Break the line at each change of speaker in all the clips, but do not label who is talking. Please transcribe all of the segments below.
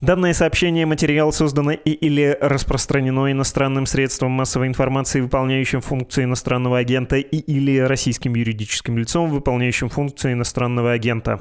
Данное сообщение, материал создано или распространено иностранным средством массовой информации, выполняющим функции иностранного агента, или российским юридическим лицом, выполняющим функции иностранного агента.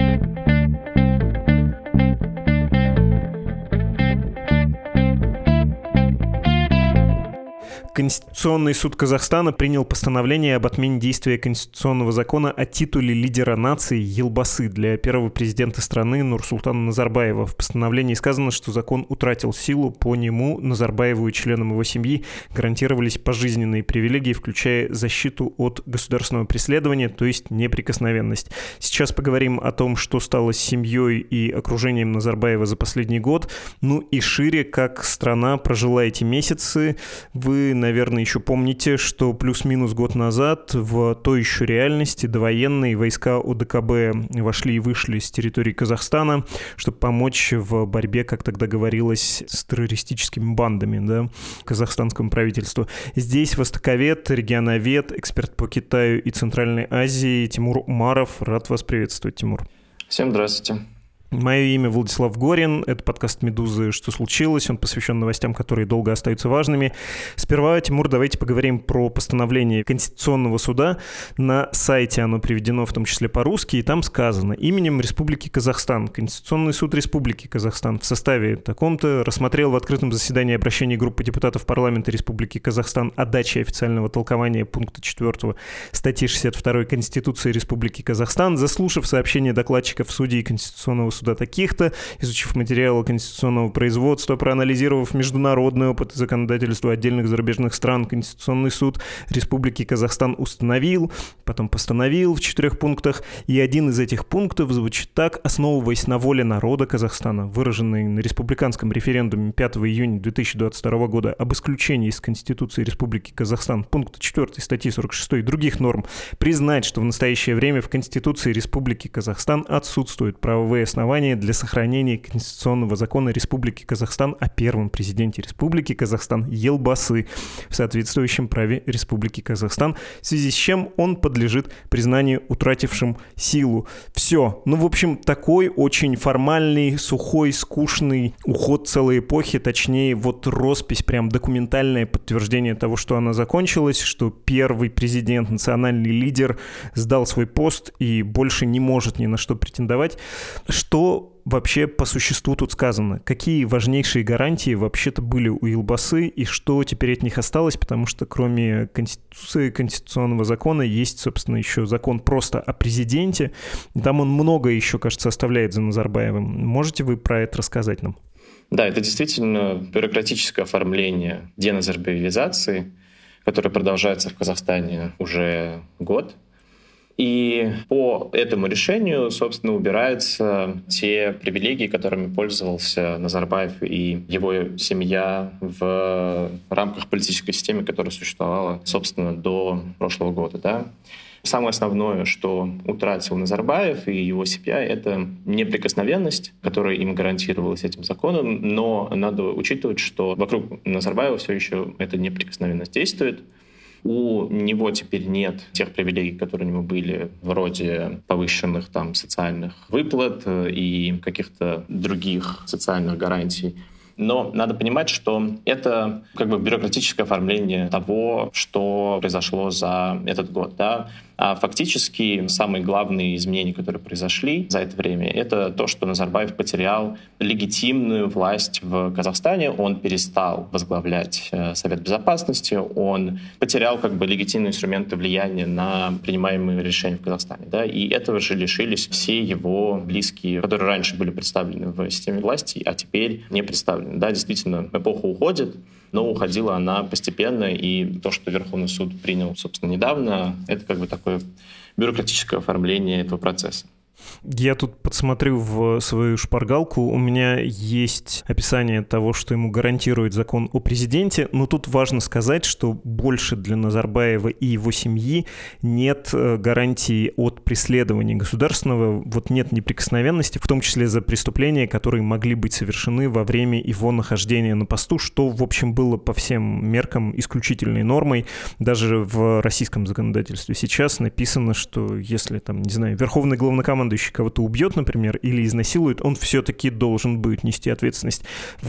Конституционный суд Казахстана принял постановление об отмене действия конституционного закона о титуле лидера нации Елбасы для первого президента страны Нурсултана Назарбаева. В постановлении сказано, что закон утратил силу, по нему Назарбаеву и членам его семьи гарантировались пожизненные привилегии, включая защиту от государственного преследования, то есть неприкосновенность. Сейчас поговорим о том, что стало с семьей и окружением Назарбаева за последний год, ну и шире, как страна прожила эти месяцы. Вы, наверное, еще помните, что плюс-минус год назад в той еще реальности довоенные войска ОДКБ вошли и вышли с территории Казахстана, чтобы помочь в борьбе, как тогда говорилось, с террористическими бандами, да, казахстанскому правительству. Здесь востоковед, регионовед, эксперт по Китаю и Центральной Азии Тимур Умаров. Рад вас приветствовать, Тимур.
Всем здравствуйте.
Мое имя Владислав Горин, это подкаст «Медузы. Что случилось?», он посвящен новостям, которые долго остаются важными. Сперва, Тимур, давайте поговорим про постановление Конституционного суда. На сайте оно приведено в том числе по-русски, и там сказано: именем Республики Казахстан Конституционный суд Республики Казахстан в составе таком-то рассмотрел в открытом заседании обращение группы депутатов парламента Республики Казахстан о даче официального толкования пункта 4 статьи 62 Конституции Республики Казахстан, заслушав сообщение докладчиков судей Конституционного суда таких-то, изучив материалы конституционного производства, проанализировав международный опыт и законодательство отдельных зарубежных стран, Конституционный суд Республики Казахстан установил, потом постановил в 4 пунктах, и один из этих пунктов звучит так: основываясь на воле народа Казахстана, выраженной на республиканском референдуме 5 июня 2022 года об исключении из Конституции Республики Казахстан пункта 4 статьи 46 и других норм, признать, что в настоящее время в Конституции Республики Казахстан отсутствуют правовые основания для сохранения конституционного закона Республики Казахстан о первом президенте Республики Казахстан Елбасы в соответствующем праве Республики Казахстан, в связи с чем он подлежит признанию утратившим силу. Все. Ну, в общем, такой очень формальный, сухой, скучный уход целой эпохи, точнее, вот роспись, прям документальное подтверждение того, что она закончилась, что первый президент, национальный лидер сдал свой пост и больше не может ни на что претендовать. Что вообще по существу тут сказано? Какие важнейшие гарантии вообще-то были у Елбасы и что теперь от них осталось? Потому что кроме Конституции, конституционного закона есть, собственно, еще закон просто о президенте. Там он много еще, кажется, оставляет за Назарбаевым. Можете вы про это рассказать нам?
Да, это действительно бюрократическое оформление деназарбаевизации, которое продолжается в Казахстане уже год. И по этому решению, собственно, убираются те привилегии, которыми пользовался Назарбаев и его семья в рамках политической системы, которая существовала, собственно, до прошлого года. Да? Самое основное, что утратил Назарбаев и его семья, это неприкосновенность, которая им гарантировалась этим законом, но надо учитывать, что вокруг Назарбаева все еще эта неприкосновенность действует. У него теперь нет тех привилегий, которые у него были, вроде повышенных там социальных выплат и каких-то других социальных гарантий. Но надо понимать, что это как бы бюрократическое оформление того, что произошло за этот год. Да? А фактически самые главные изменения, которые произошли за это время, это то, что Назарбаев потерял легитимную власть в Казахстане. Он перестал возглавлять Совет Безопасности, он потерял как бы легитимные инструменты влияния на принимаемые решения в Казахстане. Да? И этого же лишились все его близкие, которые раньше были представлены в системе власти, а теперь не представлены. Да, действительно, эпоха уходит, но уходила она постепенно, и то, что Верховный суд принял, собственно, недавно, это как бы такое бюрократическое оформление этого процесса.
Я тут подсмотрю в свою шпаргалку, у меня есть описание того, что ему гарантирует закон о президенте, но тут важно сказать, что больше для Назарбаева и его семьи нет гарантии от преследования государственного, вот нет неприкосновенности, в том числе за преступления, которые могли быть совершены во время его нахождения на посту, что, в общем, было по всем меркам исключительной нормой, даже в российском законодательстве. Сейчас написано, что если, там, не знаю, верховный главнокомандующий главнокомандующий кого-то убьет, например, или изнасилует, он все-таки должен будет нести ответственность.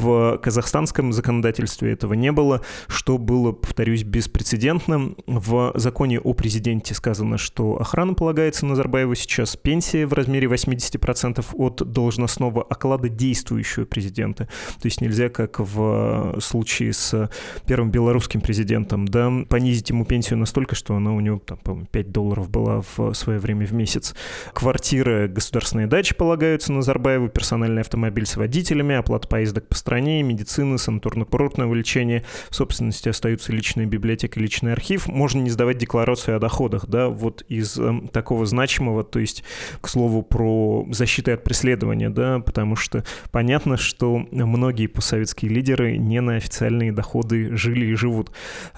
В казахстанском законодательстве этого не было, что было, повторюсь, беспрецедентно. В законе о президенте сказано, что охрана полагается Назарбаеву сейчас, пенсия в размере 80% от должностного оклада действующего президента. То есть нельзя, как в случае с первым белорусским президентом, да, понизить ему пенсию настолько, что она у него, там, по-моему, $5 была в свое время в месяц. Квартира, государственные дачи полагаются Назарбаеву, персональный автомобиль с водителями, оплата поездок по стране, медицина, санаторно-курортное лечение, в собственности остаются личная библиотека, личный архив. Можно не сдавать декларацию о доходах, да, вот из такого значимого, то есть, к слову, про защиту от преследования, да, потому что понятно, что многие постсоветские лидеры не на официальные доходы жили и живут.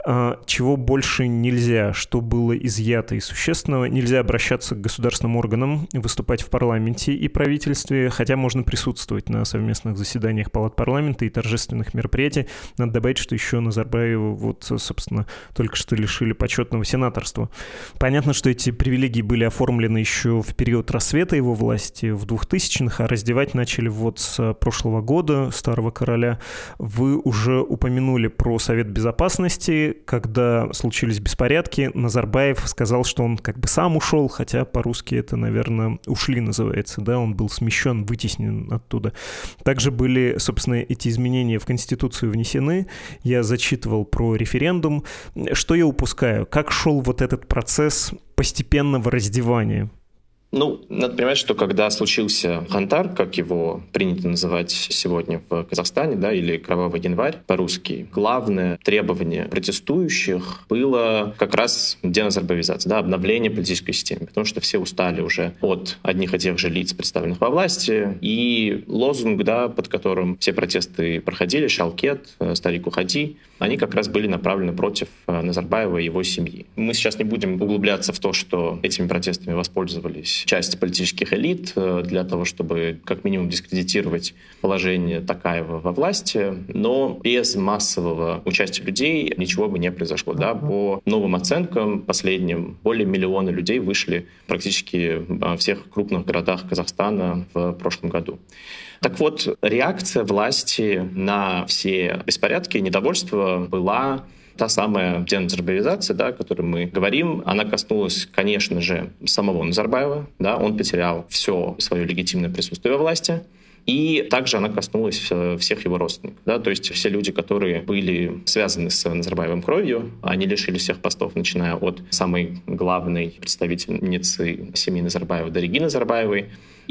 Чего больше нельзя, что было изъято из существенного, нельзя обращаться к государственным органам, выступать в парламенте и правительстве, хотя можно присутствовать на совместных заседаниях палат парламента и торжественных мероприятий. Надо добавить, что еще Назарбаева, вот, собственно, только что лишили почетного сенаторства. Понятно, что эти привилегии были оформлены еще в период расцвета его власти в 2000-х, а раздевать начали вот с прошлого года, старого короля. Вы уже упомянули про Совет Безопасности. Когда случились беспорядки, Назарбаев сказал, что он как бы сам ушел, хотя по-русски это, наверное, «ушли» называется, да, он был смещен, вытеснен оттуда. Также были, собственно, эти изменения в Конституцию внесены. Я зачитывал про референдум. Что я упускаю? Как шел вот этот процесс постепенного раздевания?
Ну, надо понимать, что когда случился Хантар, как его принято называть сегодня в Казахстане, да, или Кровавый январь по-русски, главное требование протестующих было как раз деназарбаевизация, да, обновление политической системы, потому что все устали уже от одних и тех же лиц, представленных во власти, и лозунг, да, под которым все протесты проходили, «Шалкет», «Старик, уходи», они как раз были направлены против Назарбаева и его семьи. Мы сейчас не будем углубляться в то, что этими протестами воспользовались часть политических элит для того, чтобы как минимум дискредитировать положение Токаева во власти, но без массового участия людей ничего бы не произошло. Да? По новым оценкам последним, более миллиона людей вышли практически во всех крупных городах Казахстана в прошлом году. Так вот, реакция власти на все беспорядки и недовольство была та самая деназарбаевизация, да, о которой мы говорим. Она коснулась, конечно же, самого Назарбаева. Да, он потерял все свое легитимное присутствие во власти. И также она коснулась всех его родственников. Да, то есть все люди, которые были связаны с Назарбаевым кровью, они лишились всех постов, начиная от самой главной представительницы семьи Назарбаева Дариги Назарбаевой,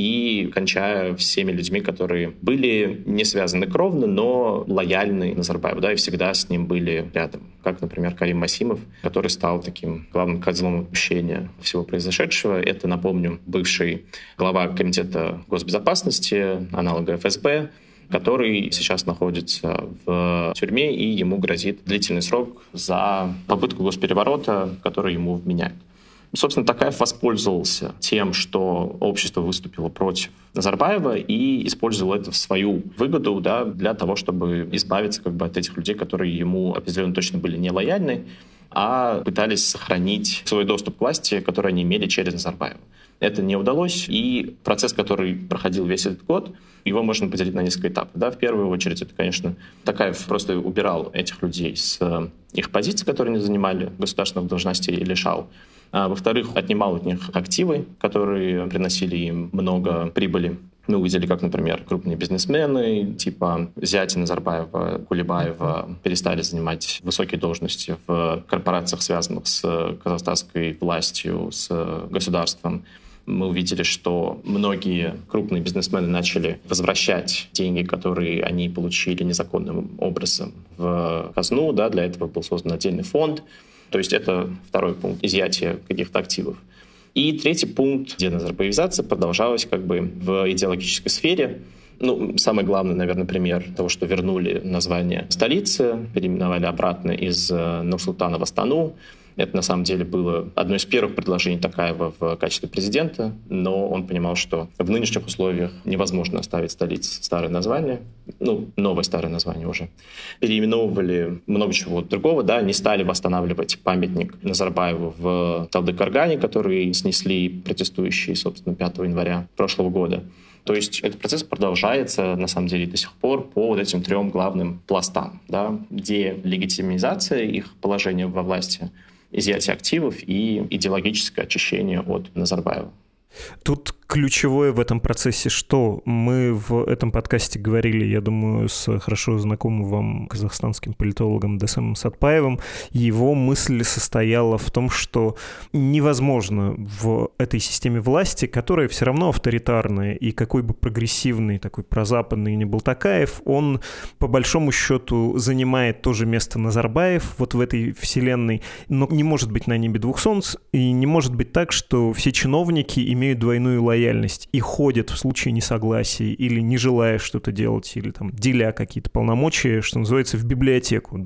и кончая всеми людьми, которые были не связаны кровно, но лояльны Назарбаеву, да, и всегда с ним были рядом. Как, например, Карим Масимов, который стал таким главным козлом отпущения всего произошедшего. Это, напомню, бывший глава Комитета госбезопасности, аналога ФСБ, который сейчас находится в тюрьме, и ему грозит длительный срок за попытку госпереворота, который ему вменяют. Собственно, Токаев воспользовался тем, что общество выступило против Назарбаева и использовал это в свою выгоду, да, для того, чтобы избавиться как бы от этих людей, которые ему определенно точно были не лояльны, а пытались сохранить свой доступ к власти, который они имели через Назарбаева. Это не удалось, и процесс, который проходил весь этот год, его можно поделить на несколько этапов. Да? В первую очередь, это, конечно, Токаев просто убирал этих людей с их позиций, которые они занимали, государственных должностей, и лишал. Во-вторых, отнимал от них активы, которые приносили им много прибыли. Мы увидели, как, например, крупные бизнесмены типа зятя Назарбаева, Кулебаева перестали занимать высокие должности в корпорациях, связанных с казахстанской властью, с государством. Мы увидели, что многие крупные бизнесмены начали возвращать деньги, которые они получили незаконным образом в казну. Да, для этого был создан отдельный фонд. То есть это второй пункт — изъятие каких-то активов. И третий пункт — деназарбаевизация продолжалась как бы в идеологической сфере. Ну, самый главный, наверное, пример того, что вернули название столицы, переименовали обратно из Нур-Султана в Астану. Это на самом деле было одно из первых предложений Токаева в качестве президента, но он понимал, что в нынешних условиях невозможно оставить столице старое название, новое старое название уже. Переименовывали много чего другого, не стали восстанавливать памятник Назарбаеву в Талдыкаргане, который снесли протестующие, собственно, 5 января прошлого года. То есть этот процесс продолжается, на самом деле, до сих пор по вот этим 3 главным пластам. Делегитимизация их положения во власти, изъятие активов и идеологическое очищение от Назарбаева.
Тут ключевое в этом процессе, что мы в этом подкасте говорили, я думаю, с хорошо знакомым вам казахстанским политологом Десемом Сатпаевым. Его мысль состояла в том, что невозможно в этой системе власти, которая все равно авторитарная, и какой бы прогрессивный, такой прозападный ни был Токаев, он по большому счету занимает то же место Назарбаев вот в этой вселенной, но не может быть на небе двух солнц, и не может быть так, что все чиновники имеют двойную лояльность и ходят в случае несогласия или не желая что-то делать, или там деля какие-то полномочия, что называется, в библиотеку,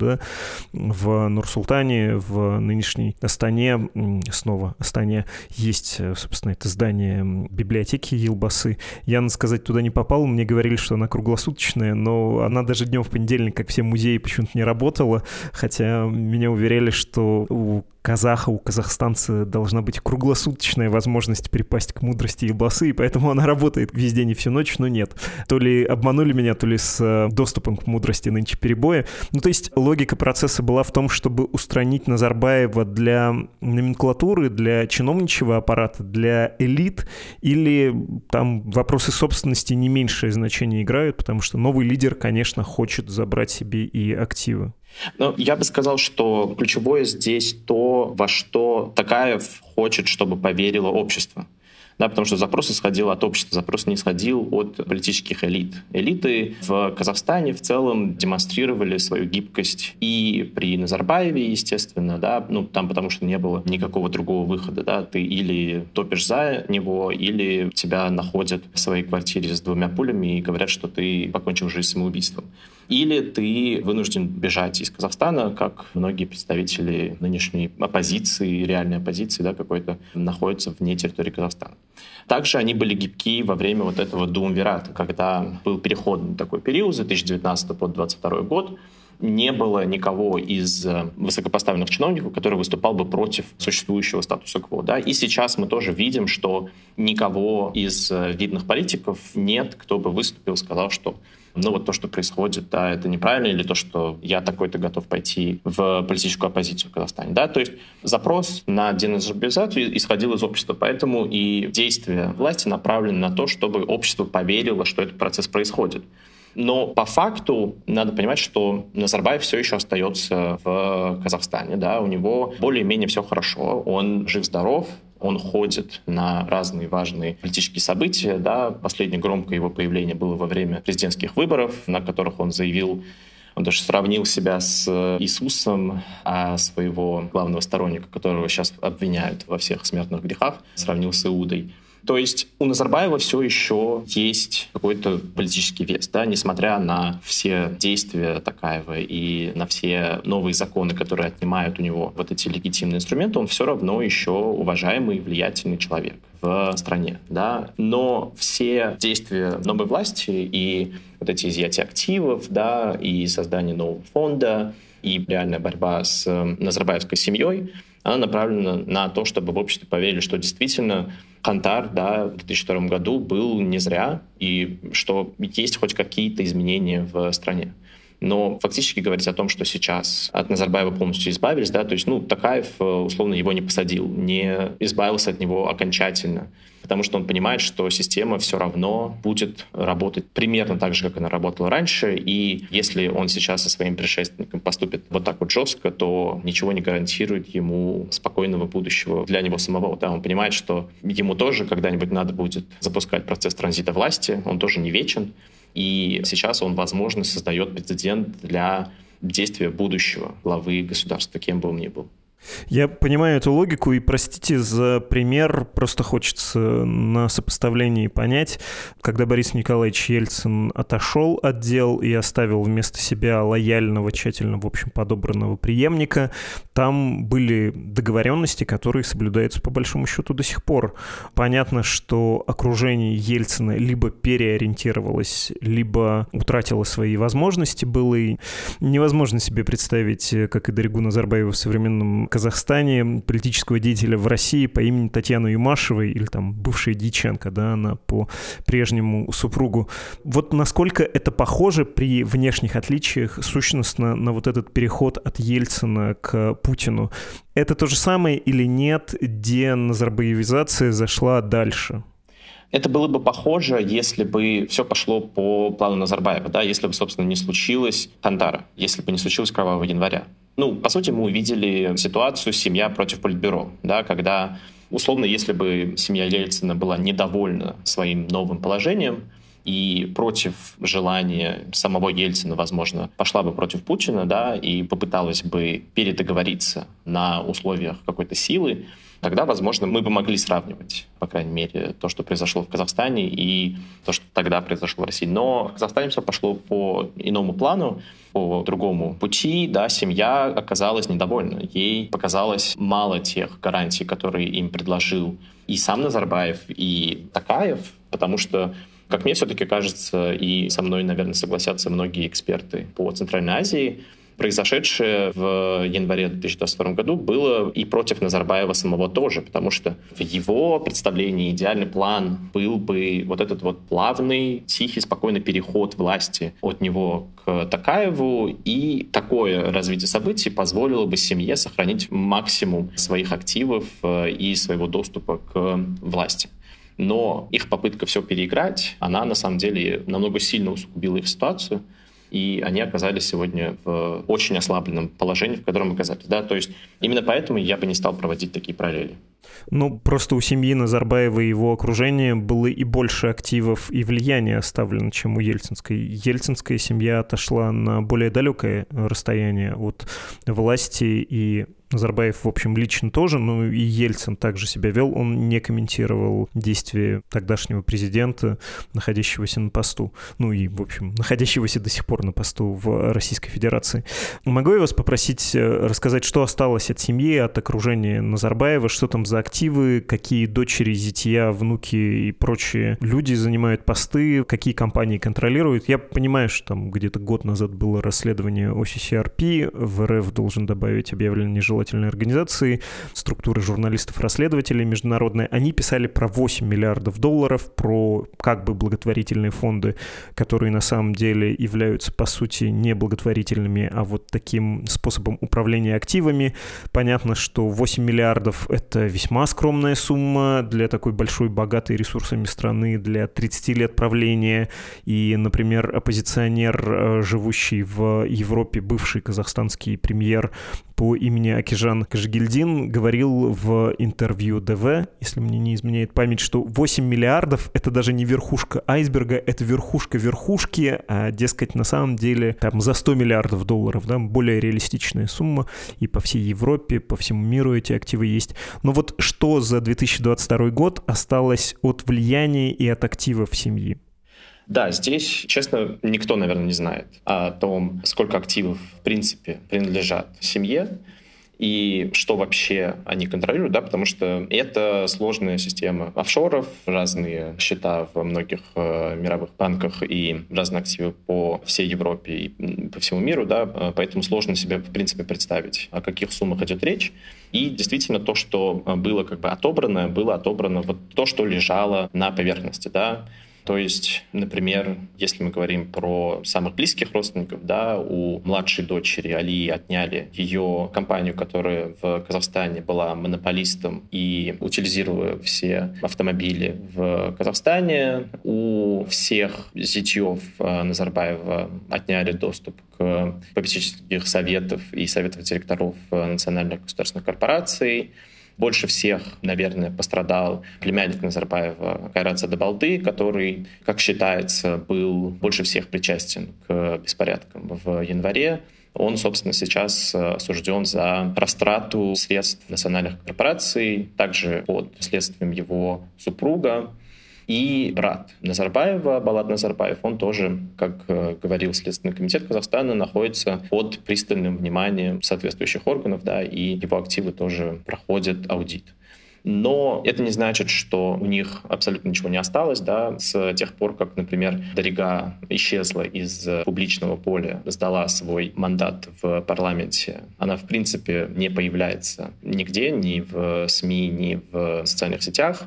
в Нур-Султане, в нынешней Астане, снова Астане, есть, собственно, это здание библиотеки Елбасы. Я, надо сказать, туда не попал, мне говорили, что она круглосуточная, но она даже днем в понедельник, как все музеи, почему-то не работала, хотя меня уверяли, что у казахстанца должна быть круглосуточная возможность припасть к мудрости Елбасы, и поэтому она работает весь день и всю ночь, но нет. То ли обманули меня, то ли с доступом к мудрости нынче перебои. То есть логика процесса была в том, чтобы устранить Назарбаева для номенклатуры, для чиновничьего аппарата, для элит, или там вопросы собственности не меньшее значение играют, потому что новый лидер, конечно, хочет забрать себе и активы.
Я бы сказал, что ключевое здесь то, во что Токаев хочет, чтобы поверило общество. Потому что запрос исходил от общества, запрос не исходил от политических элит. Элиты в Казахстане в целом демонстрировали свою гибкость и при Назарбаеве, естественно, там потому что не было никакого другого выхода. Ты или топишь за него, или тебя находят в своей квартире с 2 пулями и говорят, что ты покончил жизнь самоубийством. Или ты вынужден бежать из Казахстана, как многие представители нынешней оппозиции, реальной оппозиции, какой-то, находятся вне территории Казахстана. Также они были гибки во время вот этого думвирата, когда был переходный такой период с 2019 по 2022 год. Не было никого из высокопоставленных чиновников, который выступал бы против существующего статуса-кво. И сейчас мы тоже видим, что никого из видных политиков нет, кто бы выступил, сказал, что то, что происходит, это неправильно, или то, что я такой-то готов пойти в политическую оппозицию в Казахстане. То есть запрос на деназарбаизацию исходил из общества, поэтому и действия власти направлены на то, чтобы общество поверило, что этот процесс происходит. Но по факту надо понимать, что Назарбаев все еще остается в Казахстане. У него более-менее все хорошо, он жив-здоров, он ходит на разные важные политические события. Последнее громкое его появление было во время президентских выборов, на которых он заявил, он даже сравнил себя с Иисусом, а своего главного сторонника, которого сейчас обвиняют во всех смертных грехах, сравнил с Иудой. То есть у Назарбаева все еще есть какой-то политический вес, несмотря на все действия Токаева и на все новые законы, которые отнимают у него вот эти легитимные инструменты, он все равно еще уважаемый и влиятельный человек в стране. Но все действия новой власти и вот эти изъятия активов, и создание нового фонда, и реальная борьба с назарбаевской семьей, она направлена на то, чтобы в обществе поверили, что действительно Кантар в 2002 году был не зря, и что есть хоть какие-то изменения в стране. Но фактически говорить о том, что сейчас от Назарбаева полностью избавились, то есть, Токаев, условно, его не посадил, не избавился от него окончательно, потому что он понимает, что система все равно будет работать примерно так же, как она работала раньше, и если он сейчас со своим предшественником поступит вот так вот жестко, то ничего не гарантирует ему спокойного будущего для него самого. Он понимает, что ему тоже когда-нибудь надо будет запускать процесс транзита власти, он тоже не вечен, и сейчас он, возможно, создает прецедент для действия будущего главы государства, кем бы он ни был.
Я понимаю эту логику, и простите за пример, просто хочется на сопоставлении понять. Когда Борис Николаевич Ельцин отошел от дел и оставил вместо себя лояльного, тщательно, в общем, подобранного преемника, там были договоренности, которые соблюдаются по большому счету до сих пор. Понятно, что окружение Ельцина либо переориентировалось, либо утратило свои возможности былые. Невозможно себе представить, как и Даригу Назарбаеву в современном Казахстане, политического деятеля в России по имени Татьяны Юмашевой, или там бывшая Дьяченко, да, она по прежнему супругу. Вот насколько это похоже при внешних отличиях сущностно на вот этот переход от Ельцина к Путину? Это то же самое или нет? Деназарбаевизация зашла дальше?
Это было бы похоже, если бы все пошло по плану Назарбаева, да, если бы, собственно, не случилось Кандара, если бы не случилось Кровавого января. По сути, мы увидели ситуацию «семья против политбюро», да, когда, условно, если бы семья Ельцина была недовольна своим новым положением и против желания самого Ельцина, возможно, пошла бы против Путина, да, и попыталась бы передоговориться на условиях какой-то силы, тогда, возможно, мы бы могли сравнивать, по крайней мере, то, что произошло в Казахстане и то, что тогда произошло в России. Но в Казахстане все пошло по иному плану, по другому пути. Да, семья оказалась недовольна. Ей показалось мало тех гарантий, которые им предложил и сам Назарбаев, и Токаев, потому что, как мне все-таки кажется, и со мной, наверное, согласятся многие эксперты по Центральной Азии, произошедшее в январе 2022 году было и против Назарбаева самого тоже, потому что в его представлении идеальный план был бы вот этот вот плавный, тихий, спокойный переход власти от него к Токаеву, и такое развитие событий позволило бы семье сохранить максимум своих активов и своего доступа к власти. Но их попытка все переиграть, она на самом деле намного сильно усугубила их ситуацию, и они оказались сегодня в очень ослабленном положении, в котором оказались. Да? То есть именно поэтому я бы не стал проводить такие параллели.
Просто у семьи Назарбаева и его окружения было и больше активов и влияния оставлено, чем у Ельцинской. Ельцинская семья отошла на более далекое расстояние от власти, и Назарбаев, в общем, лично тоже, и Ельцин также себя вел, он не комментировал действия тогдашнего президента, находящегося на посту, и, в общем, находящегося до сих пор на посту в Российской Федерации. Могу я вас попросить рассказать, что осталось от семьи, от окружения Назарбаева, что там за активы, какие дочери, зятья, внуки и прочие люди занимают посты, какие компании контролируют? Я понимаю, что там где-то год назад было расследование OCCRP, в РФ, должен добавить, объявлено нежелательной организации, структуры журналистов-расследователей международные, они писали про $8 миллиардов, про как бы благотворительные фонды, которые на самом деле являются, по сути, не благотворительными, а вот таким способом управления активами. Понятно, что 8 миллиардов — это весьма скромная сумма для такой большой, богатой ресурсами страны, для 30 лет правления. И, например, оппозиционер, живущий в Европе, бывший казахстанский премьер по имени Акижан Кашгильдин, говорил в интервью ДВ, если мне не изменяет память, что 8 миллиардов — это даже не верхушка айсберга, это верхушка верхушки, а, дескать, на самом деле там за $100 миллиардов, да, более реалистичная сумма, и по всей Европе, по всему миру эти активы есть. Но вот что за 2022 год осталось от влияния и от активов семьи?
Да, здесь, честно, никто, наверное, не знает о том, сколько активов, в принципе, принадлежат семье и что вообще они контролируют, да, потому что это сложная система офшоров, разные счета во многих мировых банках и разные активы по всей Европе и по всему миру, да, поэтому сложно себе, в принципе, представить, о каких суммах идет речь. И действительно то, что было отобрано вот то, что лежало на поверхности, да. То есть, например, если мы говорим про самых близких родственников, да, у младшей дочери Алии отняли ее компанию, которая в Казахстане была монополистом и утилизировала все автомобили в Казахстане. У всех зятьев Назарбаева отняли доступ к попечительских советов и советов директоров национальных государственных корпораций. Больше всех, наверное, пострадал племянник Назарбаева Кайрат Садыбалды, который, как считается, был больше всех причастен к беспорядкам в январе. Он, собственно, сейчас осужден за растрату средств национальных корпораций, также под следствием его супруга. И брат Назарбаева, Болат Назарбаев, он тоже, как говорил Следственный комитет Казахстана, находится под пристальным вниманием соответствующих органов, да, и его активы тоже проходят аудит. Но это не значит, что у них абсолютно ничего не осталось, да, с тех пор, как, например, Дарига исчезла из публичного поля, сдала свой мандат в парламенте. Она, в принципе, не появляется нигде, ни в СМИ, ни в социальных сетях.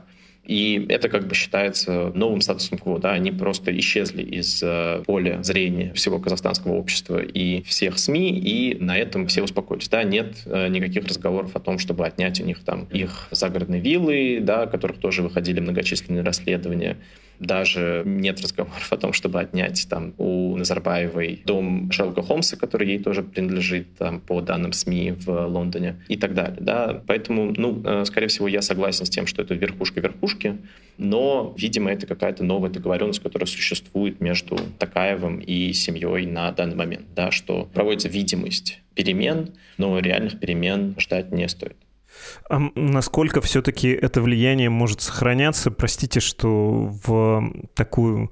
И это как бы считается новым статусом кво. Да? Они просто исчезли из поля зрения всего казахстанского общества и всех СМИ, и на этом все успокоились. Да? Нет никаких разговоров о том, чтобы отнять у них там их загородные виллы, да, о которых тоже выходили многочисленные расследования. Даже нет разговоров о том, чтобы отнять там у Назарбаевой дом Шерлока Холмса, который ей тоже принадлежит там, по данным СМИ в Лондоне и так далее. Да? Поэтому, скорее всего, я согласен с тем, что это верхушка верхушки, но, видимо, это какая-то новая договоренность, которая существует между Токаевым и семьей на данный момент, да? Что проводится видимость перемен, но реальных перемен ждать не стоит.
А насколько все-таки это влияние может сохраняться? Простите, что в такую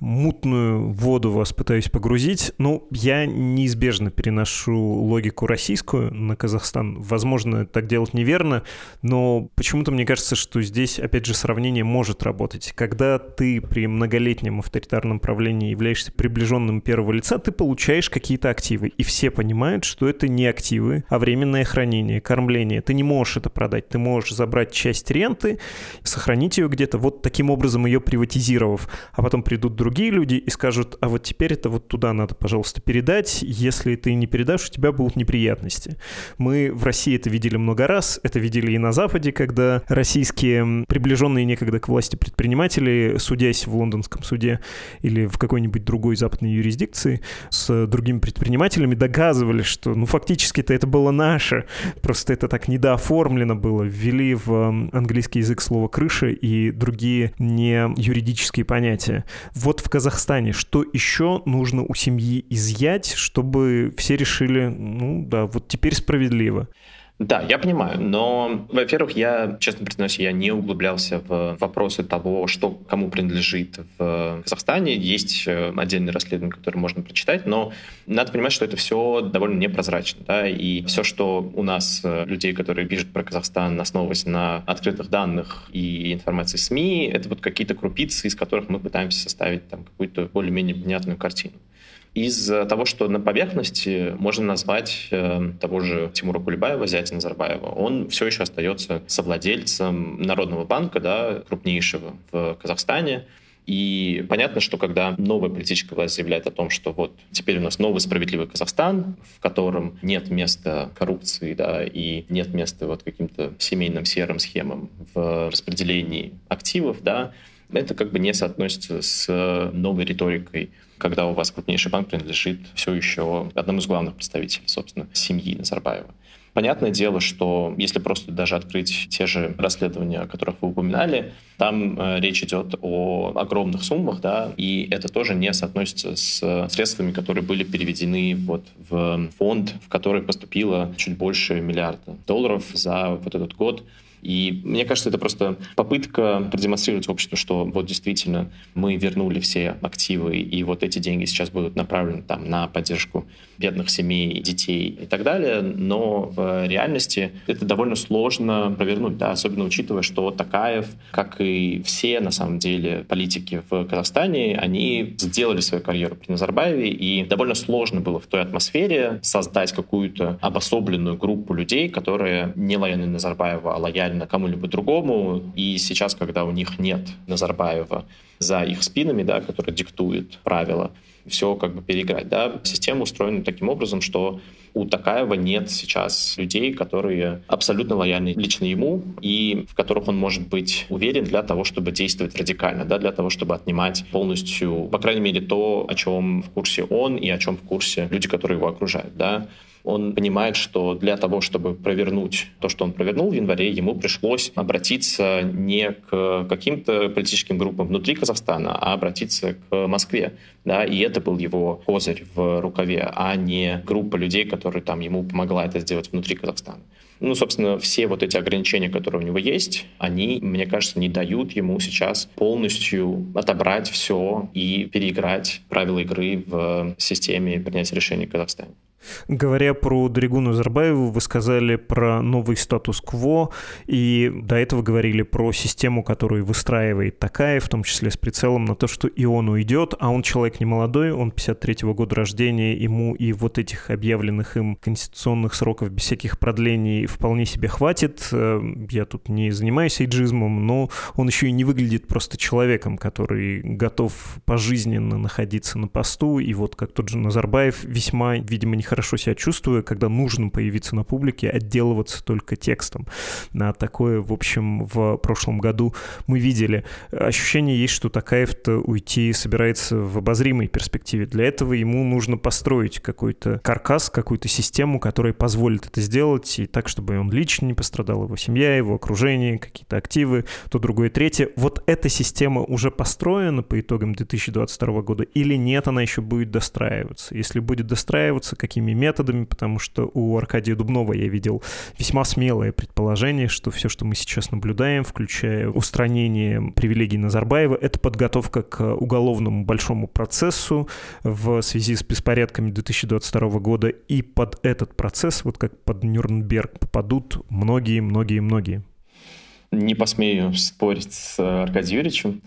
мутную воду вас пытаюсь погрузить. Я неизбежно переношу логику российскую на Казахстан. Возможно, так делать неверно, но почему-то мне кажется, что здесь, опять же, сравнение может работать. Когда ты при многолетнем авторитарном правлении являешься приближенным первого лица, ты получаешь какие-то активы, и все понимают, что это не активы, а временное хранение, кормление. Ты не можешь это продать. Ты можешь забрать часть ренты, сохранить ее где-то, вот таким образом ее приватизировав. А потом придут другие люди и скажут, а вот теперь это вот туда надо, пожалуйста, передать. Если ты не передашь, у тебя будут неприятности. Мы в России это видели много раз. Это видели и на Западе, когда российские приближенные некогда к власти предприниматели, судясь в лондонском суде или в какой-нибудь другой западной юрисдикции, с другими предпринимателями доказывали, что фактически-то это было наше. Просто это так недооформлено было, ввели в английский язык слово «крыша» и другие не юридические понятия. Вот в Казахстане что еще нужно у семьи изъять, чтобы все решили, вот теперь справедливо?
Да, я понимаю, но, во-первых, я, честно признаюсь, я не углублялся в вопросы того, что кому принадлежит в Казахстане. Есть отдельные расследования, которые можно прочитать, но надо понимать, что это все довольно непрозрачно, да, и все, что у нас людей, которые пишут про Казахстан, основываясь на открытых данных и информации СМИ, это вот какие-то крупицы, из которых мы пытаемся составить там какую-то более-менее понятную картину. Из того, что на поверхности, можно назвать того же Тимура Кулебаева, зятя Назарбаева. Он все еще остается совладельцем Народного банка, да, крупнейшего в Казахстане. И понятно, что когда новая политическая власть заявляет о том, что вот теперь у нас новый справедливый Казахстан, в котором нет места коррупции, да, и нет места вот каким-то семейным серым схемам в распределении активов, да, это как бы не соотносится с новой риторикой, когда у вас крупнейший банк принадлежит все еще одному из главных представителей, собственно, семьи Назарбаева. Понятное дело, что если просто даже открыть те же расследования, о которых вы упоминали, там речь идет о огромных суммах, да, и это тоже не соотносится с средствами, которые были переведены вот в фонд, в который поступило чуть больше $1 миллиард за вот этот год. И мне кажется, это просто попытка продемонстрировать обществу, что вот действительно мы вернули все активы, и вот эти деньги сейчас будут направлены там на поддержку бедных семей, детей и так далее. Но в реальности это довольно сложно провернуть, да, особенно учитывая, что Токаев, как и все, на самом деле, политики в Казахстане, они сделали свою карьеру при Назарбаеве, и довольно сложно было в той атмосфере создать какую-то обособленную группу людей, которые не лояльны Назарбаеву, а лояльны кому-либо другому. И сейчас, когда у них нет Назарбаева за их спинами, да, который диктует правила, все как бы переиграть. Да? Система устроена таким образом, что у Токаева нет сейчас людей, которые абсолютно лояльны лично ему и в которых он может быть уверен для того, чтобы действовать радикально, да, для того, чтобы отнимать полностью, по крайней мере, то, о чем в курсе он и о чем в курсе люди, которые его окружают. Да. Он понимает, что для того, чтобы провернуть то, что он провернул в январе, ему пришлось обратиться не к каким-то политическим группам внутри Казахстана, а обратиться к Москве. Да? И это был его козырь в рукаве, а не группа людей, которые там ему помогла это сделать внутри Казахстана. Ну, собственно, все вот эти ограничения, которые у него есть, они, мне кажется, не дают ему сейчас полностью отобрать все и переиграть правила игры в системе принятия решений в Казахстане.
Говоря про Даригу Назарбаеву, вы сказали про новый статус-кво, и до этого говорили про систему, которую выстраивает Токаев, в том числе с прицелом на то, что и он уйдет, а он человек не молодой, он 53-го года рождения, ему и вот этих объявленных им конституционных сроков без всяких продлений вполне себе хватит. Я тут не занимаюсь эйджизмом, но он еще и не выглядит просто человеком, который готов пожизненно находиться на посту, и вот как тот же Назарбаев весьма, видимо, нехорошо себя чувствую, когда нужно появиться на публике, отделываться только текстом. А такое, в общем, в прошлом году мы видели. Ощущение есть, что Токаев-то уйти собирается в обозримой перспективе. Для этого ему нужно построить какой-то каркас, какую-то систему, которая позволит это сделать, и так, чтобы он лично не пострадал, его семья, его окружение, какие-то активы, то другое, третье. Вот эта система уже построена по итогам 2022 года или нет, она еще будет достраиваться? Если будет достраиваться, какими методами, потому что у Аркадия Дубнова я видел весьма смелое предположение, что все, что мы сейчас наблюдаем, включая устранение привилегий Назарбаева, это подготовка к уголовному большому процессу в связи с беспорядками 2022 года, и под этот процесс, вот как под Нюрнберг, попадут многие.
Не посмею спорить с Аркадием Юрьевичем.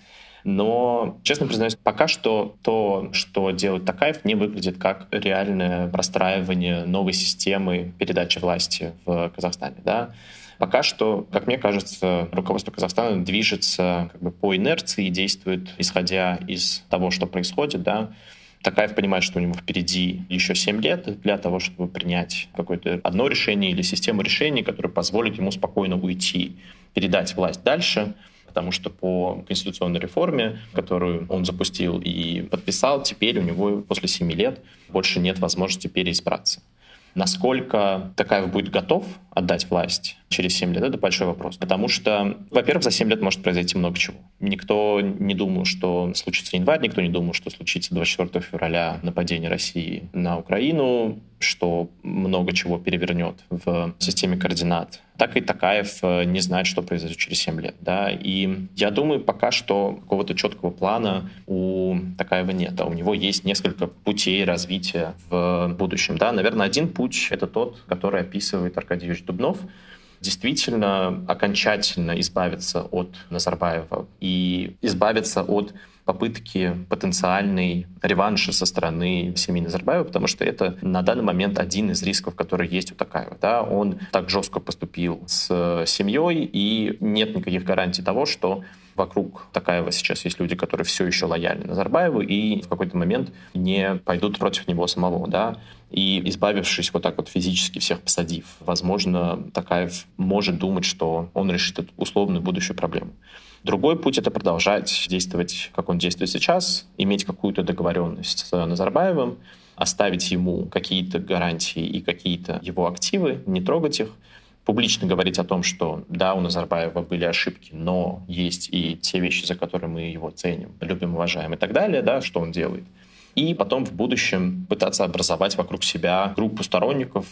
Но, честно признаюсь, пока что то, что делает Токаев, не выглядит как реальное простраивание новой системы передачи власти в Казахстане. Да? Пока что, как мне кажется, руководство Казахстана движется как бы по инерции, действует исходя из того, что происходит. Да? Токаев понимает, что у него впереди еще 7 лет для того, чтобы принять какое-то одно решение или систему решений, которое позволит ему спокойно уйти, передать власть дальше. Потому что по конституционной реформе, которую он запустил и подписал, теперь у него после 7 лет больше нет возможности переизбраться. Насколько Токаев будет готов отдать власть через 7 лет, это большой вопрос. Потому что, во-первых, за 7 лет может произойти много чего. Никто не думал, что случится январь, никто не думал, что случится 24 февраля нападение России на Украину, что много чего перевернет в системе координат. Так и Токаев не знает, что произойдет через 7 лет. Да? И я думаю, пока что какого-то четкого плана у Токаева нет. А у него есть несколько путей развития в будущем. Да? Наверное, один путь — это тот, который описывает Аркадий Юрьевич Дубнов. Действительно, окончательно избавиться от Назарбаева и избавиться от попытки потенциальной реванша со стороны семьи Назарбаева, потому что это на данный момент один из рисков, который есть у Токаева. Да? Он так жестко поступил с семьей, и нет никаких гарантий того, что вокруг Токаева сейчас есть люди, которые все еще лояльны Назарбаеву и в какой-то момент не пойдут против него самого. Да? И избавившись вот так вот физически, всех посадив, возможно, Токаев может думать, что он решит эту условную будущую проблему. Другой путь — это продолжать действовать, как он действует сейчас, иметь какую-то договоренность с Назарбаевым, оставить ему какие-то гарантии и какие-то его активы, не трогать их, публично говорить о том, что да, у Назарбаева были ошибки, но есть и те вещи, за которые мы его ценим, любим, уважаем и так далее, да, что он делает. И потом в будущем пытаться образовать вокруг себя группу сторонников,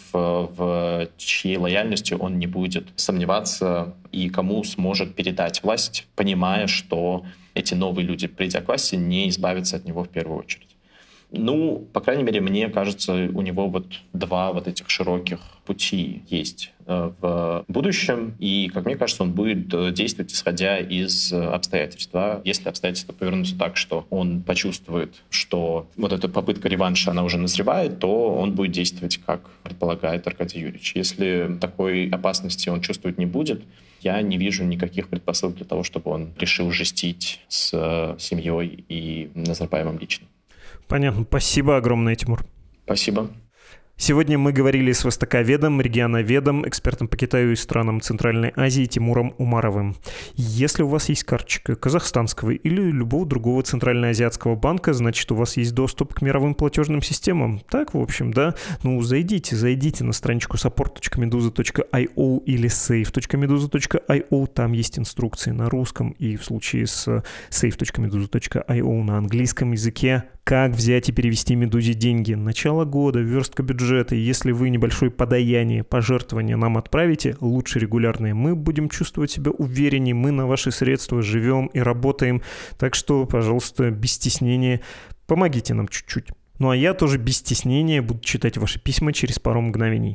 в чьей лояльности он не будет сомневаться и кому сможет передать власть, понимая, что эти новые люди, придя к власти, не избавятся от него в первую очередь. Ну, по крайней мере, мне кажется, у него вот два вот этих широких пути есть в будущем. И, как мне кажется, он будет действовать, исходя из обстоятельств. Да? Если обстоятельства повернутся так, что он почувствует, что вот эта попытка реванша, она уже назревает, то он будет действовать, как предполагает Аркадий Юрьевич. Если такой опасности он чувствовать не будет, я не вижу никаких предпосылок для того, чтобы он решил жестить с семьей и Назарбаевым лично.
Понятно. Спасибо огромное, Тимур.
Спасибо.
Сегодня мы говорили с востоковедом, регионоведом, экспертом по Китаю и странам Центральной Азии Тимуром Умаровым. Если у вас есть карточка казахстанского или любого другого центральноазиатского банка, значит, у вас есть доступ к мировым платежным системам. Так, в общем, да? Зайдите на страничку support.meduza.io или save.meduza.io. Там есть инструкции на русском и в случае с save.meduza.io на английском языке. Как взять и перевести Медузе деньги? Начало года, верстка бюджета. Если вы небольшое подаяние, пожертвование нам отправите, лучше регулярные, мы будем чувствовать себя увереннее, мы на ваши средства живем и работаем. Так что, пожалуйста, без стеснения, помогите нам чуть-чуть. А я тоже без стеснения буду читать ваши письма через пару мгновений.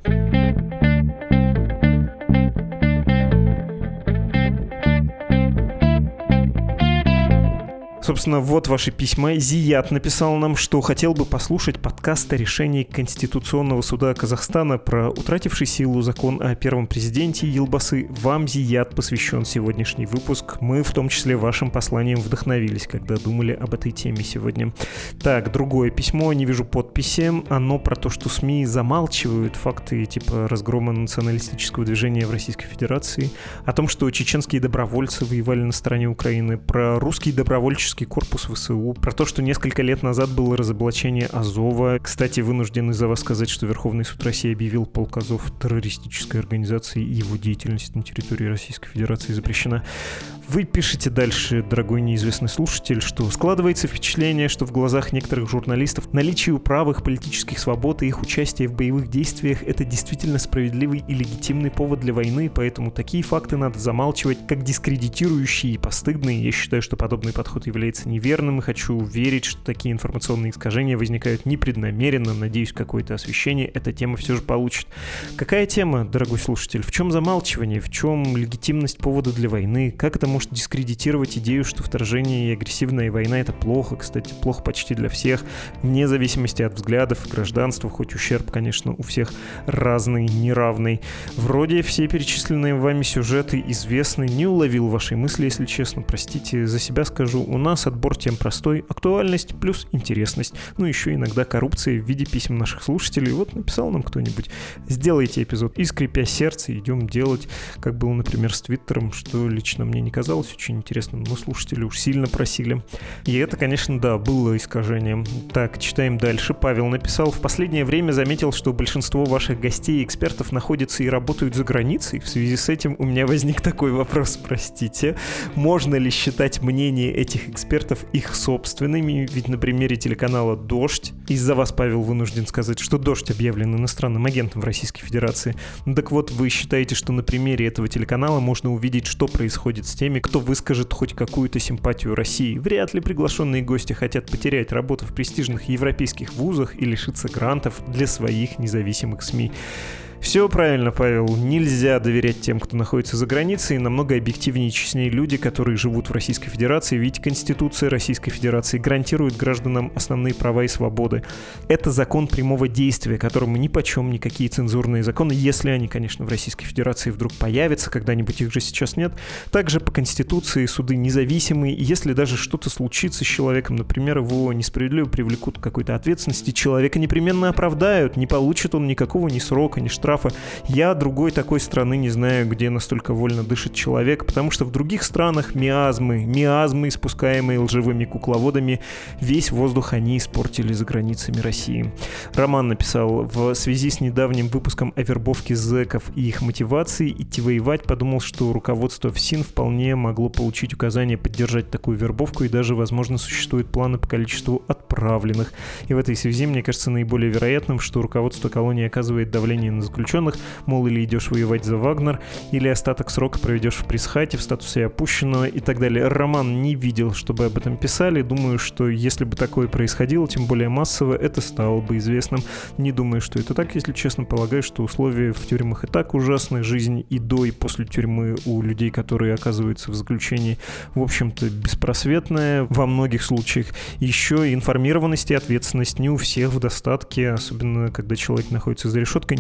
Собственно, вот ваши письма. Зият написал нам, что хотел бы послушать подкаст о решении Конституционного суда Казахстана про утративший силу закон о первом президенте Елбасы. Вам, Зият, посвящен сегодняшний выпуск. Мы, в том числе, вашим посланием вдохновились, когда думали об этой теме сегодня. Так, другое письмо, не вижу подписи. Оно про то, что СМИ замалчивают факты типа разгрома националистического движения в Российской Федерации, о том, что чеченские добровольцы воевали на стороне Украины, про русский добровольческий корпус ВСУ, про то, что несколько лет назад было разоблачение Азова. Кстати, вынужден из-за вас сказать, что Верховный суд России объявил полк Азов террористической организацией, и его деятельность на территории Российской Федерации запрещена. Вы пишете дальше, дорогой неизвестный слушатель, что складывается впечатление, что в глазах некоторых журналистов наличие у правых политических свобод и их участие в боевых действиях — это действительно справедливый и легитимный повод для войны, поэтому такие факты надо замалчивать как дискредитирующие и постыдные. Я считаю, что подобный подход является неверным и хочу верить, что такие информационные искажения возникают непреднамеренно. Надеюсь, какое-то освещение эта тема все же получит. Какая тема, дорогой слушатель? В чем замалчивание? В чем легитимность повода для войны? Как это может дискредитировать идею, что вторжение и агрессивная война — это плохо, кстати, плохо почти для всех, вне зависимости от взглядов и гражданства, хоть ущерб, конечно, у всех разный, неравный. Вроде все перечисленные вами сюжеты известны, не уловил вашей мысли, если честно, простите, за себя скажу, у нас отбор тем простой, актуальность плюс интересность, еще иногда коррупция в виде писем наших слушателей. Вот написал нам кто-нибудь, сделайте эпизод, и скрипя сердце идем делать, как было, например, с Твиттером, что лично мне не казалось очень интересным, но слушатели уж сильно просили. И это, конечно, да, было искажением. Так, читаем дальше. Павел написал: в последнее время заметил, что большинство ваших гостей и экспертов находятся и работают за границей. В связи с этим у меня возник такой вопрос, простите. Можно ли считать мнение этих экспертов их собственными? Ведь на примере телеканала «Дождь», из-за вас, Павел, вынужден сказать, что «Дождь» объявлен иностранным агентом в Российской Федерации. Так вот, вы считаете, что на примере этого телеканала можно увидеть, что происходит с теми, кто выскажет хоть какую-то симпатию России? Вряд ли приглашенные гости хотят потерять работу в престижных европейских вузах и лишиться грантов для своих независимых СМИ. Все правильно, Павел. Нельзя доверять тем, кто находится за границей. Намного объективнее и честнее люди, которые живут в Российской Федерации, ведь Конституция Российской Федерации гарантирует гражданам основные права и свободы. Это закон прямого действия, которому нипочем никакие цензурные законы, если они, конечно, в Российской Федерации вдруг появятся, когда-нибудь их же сейчас нет. Также по Конституции суды независимые, и если даже что-то случится с человеком, например, его несправедливо привлекут к какой-то ответственности, человека непременно оправдают, не получит он никакого ни срока, ни штрафа. Я другой такой страны не знаю, где настолько вольно дышит человек, потому что в других странах миазмы, испускаемые лживыми кукловодами, весь воздух они испортили за границами России. Роман написал: в связи с недавним выпуском о вербовке зэков и их мотивации идти воевать, подумал, что руководство ФСИН вполне могло получить указание поддержать такую вербовку, и даже, возможно, существуют планы по количеству отправленных. И в этой связи, мне кажется, наиболее вероятным, что руководство колонии оказывает давление на заключенных, мол, или идешь воевать за Вагнер, или остаток срока проведешь в пресс-хате в статусе опущенного и так далее. Роман не видел, чтобы об этом писали. Думаю, что если бы такое происходило, тем более массово, это стало бы известным. Не думаю, что это так, если честно. Полагаю, что условия в тюрьмах и так ужасны. Жизнь и до, и после тюрьмы у людей, которые оказываются в заключении, в общем-то, беспросветная во многих случаях. Еще и информированность и ответственность не у всех в достатке, особенно когда человек находится за решеткой. Не сгущал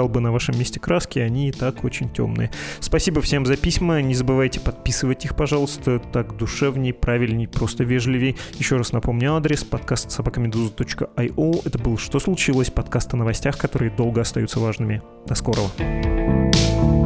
смешал бы на вашем месте краски, они и так очень темные. Спасибо всем за письма, не забывайте подписывать их, пожалуйста, так душевней, правильней, просто вежливей. Еще раз напомню адрес: podcast@meduza.io. Это был «Что случилось?», подкаст о новостях, которые долго остаются важными. До скорого.